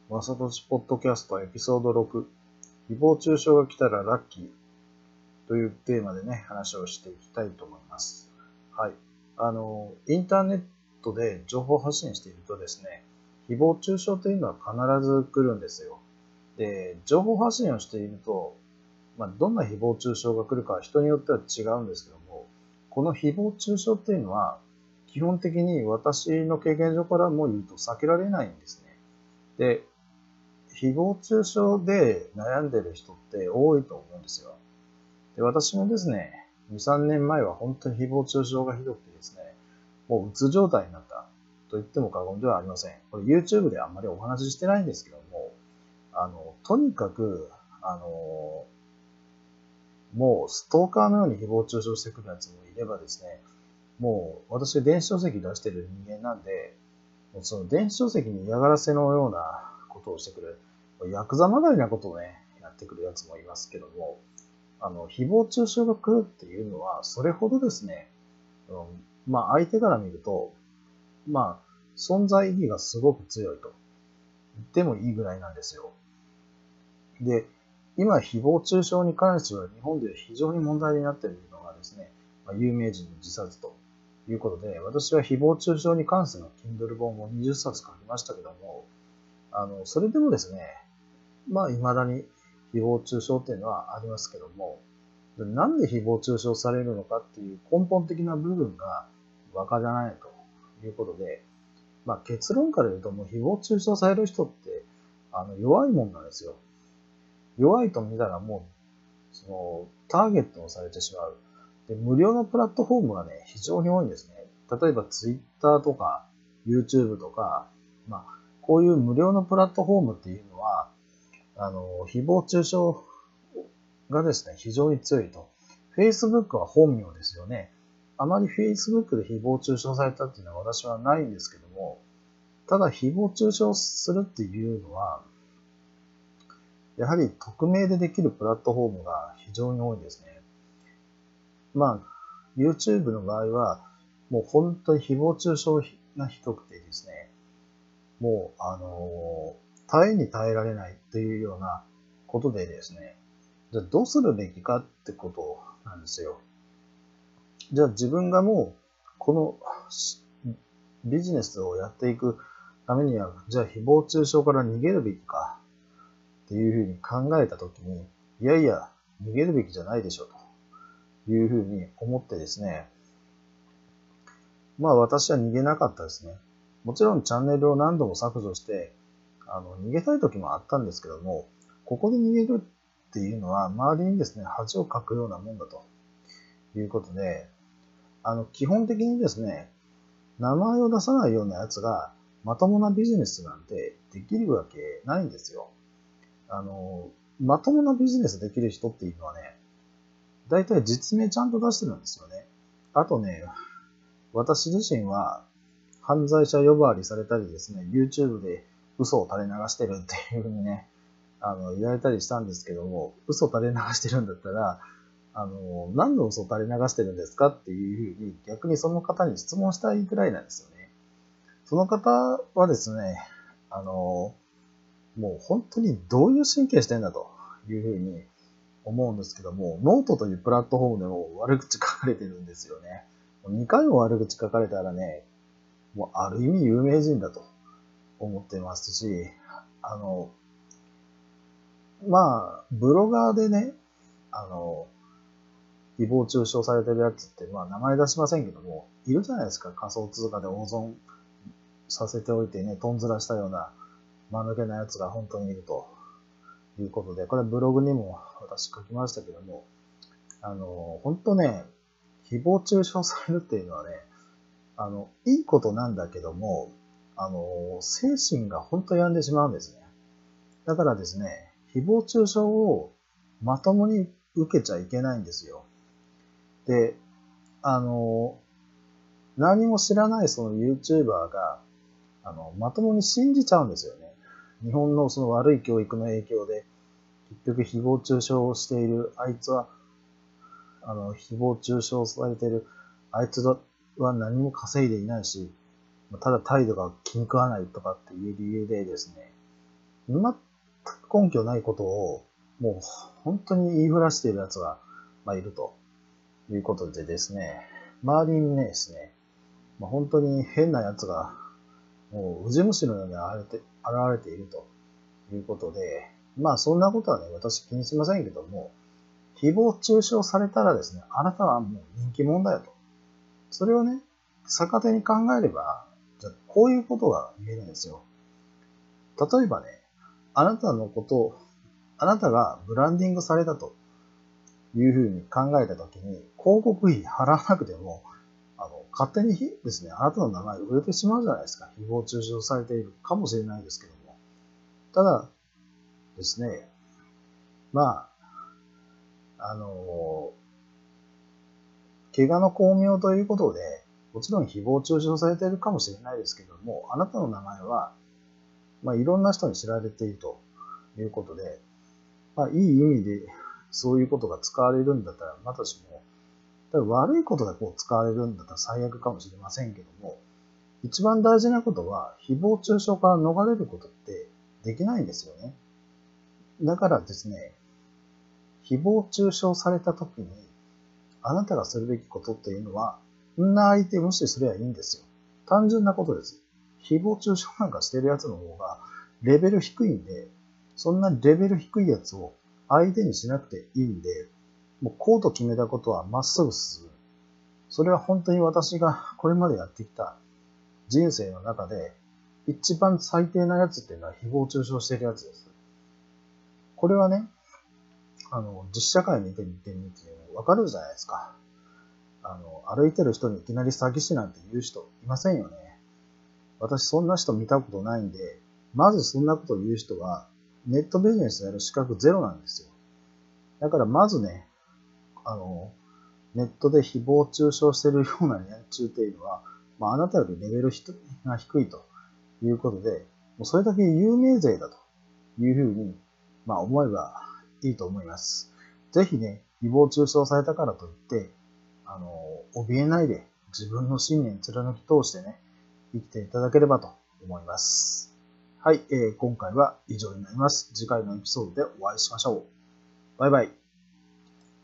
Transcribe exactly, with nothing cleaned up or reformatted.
マサトシポッドキャストエピソードろく、誹謗中傷が来たらラッキーというテーマでね、話をしていきたいと思います。はい。あの、インターネットで情報発信しているとですね、誹謗中傷というのは必ず来るんですよ。で、情報発信をしていると、まあ、どんな誹謗中傷が来るかは人によっては違うんですけども、この誹謗中傷っていうのは、基本的に私の経験上からも言うと避けられないんですね。で、誹謗中傷で悩んでる人って多いと思うんですよ。で、私もですね、に、さんねんまえは本当に誹謗中傷がひどくてですね、もううつ状態になったと言っても過言ではありません。これ YouTube であんまりお話ししてないんですけども、あの、とにかく、あの、もうストーカーのように誹謗中傷してくるやつもいればですね、もう私が電子書籍出してる人間なんで、もうその電子書籍に嫌がらせのようなことをしてくる、ヤクザまがいなことをね、やってくるやつもいますけども、あの、誹謗中傷が来るっていうのは、それほどですね、うん、まあ相手から見ると、まあ、存在意義がすごく強いと言ってもいいぐらいなんですよ。で、今、誹謗中傷に関しては日本で非常に問題になっているのがですね、有名人の自殺ということで、私は誹謗中傷に関する Kindle 本をにじゅっさつ書きましたけども、あの、それでもですね、まあ、未だに誹謗中傷っていうのはありますけども、なんで誹謗中傷されるのかっていう根本的な部分がわからないということで、まあ、結論から言うともう誹謗中傷される人ってあの弱いもんなんですよ。弱いと見たらもうそのターゲットをされてしまう。で、無料のプラットフォームがね、非常に多いんですね。例えば Twitter とか YouTube とか、まあ、こういう無料のプラットフォームっていうのは、あの、誹謗中傷がですね、非常に強いと。Facebook は本名ですよね。あまり Facebook で誹謗中傷されたっていうのは私はないんですけども、ただ誹謗中傷するっていうのは、やはり匿名でできるプラットフォームが非常に多いんですね。まあ、YouTube の場合は、もう本当に誹謗中傷がひどくてですね、もう、あのー、耐えに耐えられないというようなことでですね、じゃあどうするべきかってことなんですよ。じゃあ自分がもう、このビジネスをやっていくためには、じゃあ誹謗中傷から逃げるべきかっていうふうに考えたときに、いやいや、逃げるべきじゃないでしょというふうに思ってですね、まあ私は逃げなかったですね。もちろんチャンネルを何度も削除して、あの逃げたい時もあったんですけども、ここで逃げるっていうのは周りにですね、恥をかくようなもんだということで、あの基本的にですね、名前を出さないようなやつがまともなビジネスなんてできるわけないんですよ。あの、まともなビジネスできる人っていうのはね、大体実名ちゃんと出してるんですよね。あとね、私自身は犯罪者呼ばわりされたりですね、YouTube で嘘を垂れ流してるっていうふうにね、あの、言われたりしたんですけども、嘘垂れ流してるんだったら、あの、何の嘘垂れ流してるんですかっていうふうに逆にその方に質問したいくらいなんですよね。その方はですね、あの、もう本当にどういう神経してんだというふうに思うんですけども、ノートというプラットフォームでも悪口書かれてるんですよね。にかいも悪口書かれたらね、もうある意味有名人だと思ってますし、あの、まあ、ブロガーでね、あの、誹謗中傷されてるやつって、まあ名前出しませんけども、いるじゃないですか。仮想通貨で大損させておいてね、とんずらしたような間抜けなやつが本当にいるということで、これブログにも私書きましたけども、あの、本当ね、誹謗中傷されるっていうのはね、あの、いいことなんだけども、あの、精神が本当病んでしまうんですね。だからですね、誹謗中傷をまともに受けちゃいけないんですよ。で、あの、何も知らないその YouTuber が、あの、まともに信じちゃうんですよね。日本のその悪い教育の影響で、結局誹謗中傷をしている、あいつは、あの、誹謗中傷されている、あいつは何も稼いでいないし、ただ態度が気に食わないとかっていう理由でですね、 全く根拠ないことを、もう本当に言いふらしている奴が、まあ、いるということでですね、周りにねですね、まあ、本当に変な奴が、もうウジ虫のように現れて、現れているということで、まあそんなことはね、私気にしませんけども、誹謗中傷されたらですね、あなたはもう人気者だよと。それをね、逆手に考えれば、じゃあこういうことが言えるんですよ。例えばね、あなたのことを、あなたがブランディングされたというふうに考えたときに、広告費払わなくても、あの、勝手にですね、あなたの名前売れてしまうじゃないですか。誹謗中傷されているかもしれないですけども。ただですね、まあ、あの、怪我の巧妙ということで、もちろん誹謗中傷されているかもしれないですけども、あなたの名前は、まあ、いろんな人に知られているということで、まあ、いい意味でそういうことが使われるんだったら、またしも、ただ悪いことがこう使われるんだったら最悪かもしれませんけども、一番大事なことは、誹謗中傷から逃れることってできないんですよね。だからですね、誹謗中傷されたときに、あなたがするべきことっていうのは、んな相手無視すればいいんですよ。単純なことです。誹謗中傷なんかしてるやつの方がレベル低いんで、そんなレベル低いやつを相手にしなくていいんで、もうこうと決めたことはまっすぐ進む。それは本当に私がこれまでやってきた人生の中で一番最低なやつっていうのは誹謗中傷してるやつです。これはね、あの、実社会にいてみてみてわかるじゃないですか。あの、歩いてる人にいきなり詐欺師なんて言う人いませんよね。私そんな人見たことないんで、まずそんなことを言う人はネットビジネスやる資格ゼロなんですよ。だからまずね、あの、ネットで誹謗中傷してるような連中っていうのは、まあ、あなたよりレベルが低いということで、もうそれだけ有名税だというふうに、まあ、思えばいいと思います。ぜひね、誹謗中傷されたからといって、あの、怯えないで自分の信念貫き通してね、生きていただければと思います。はい、えー、今回は以上になります。次回のエピソードでお会いしましょう。バイバイ。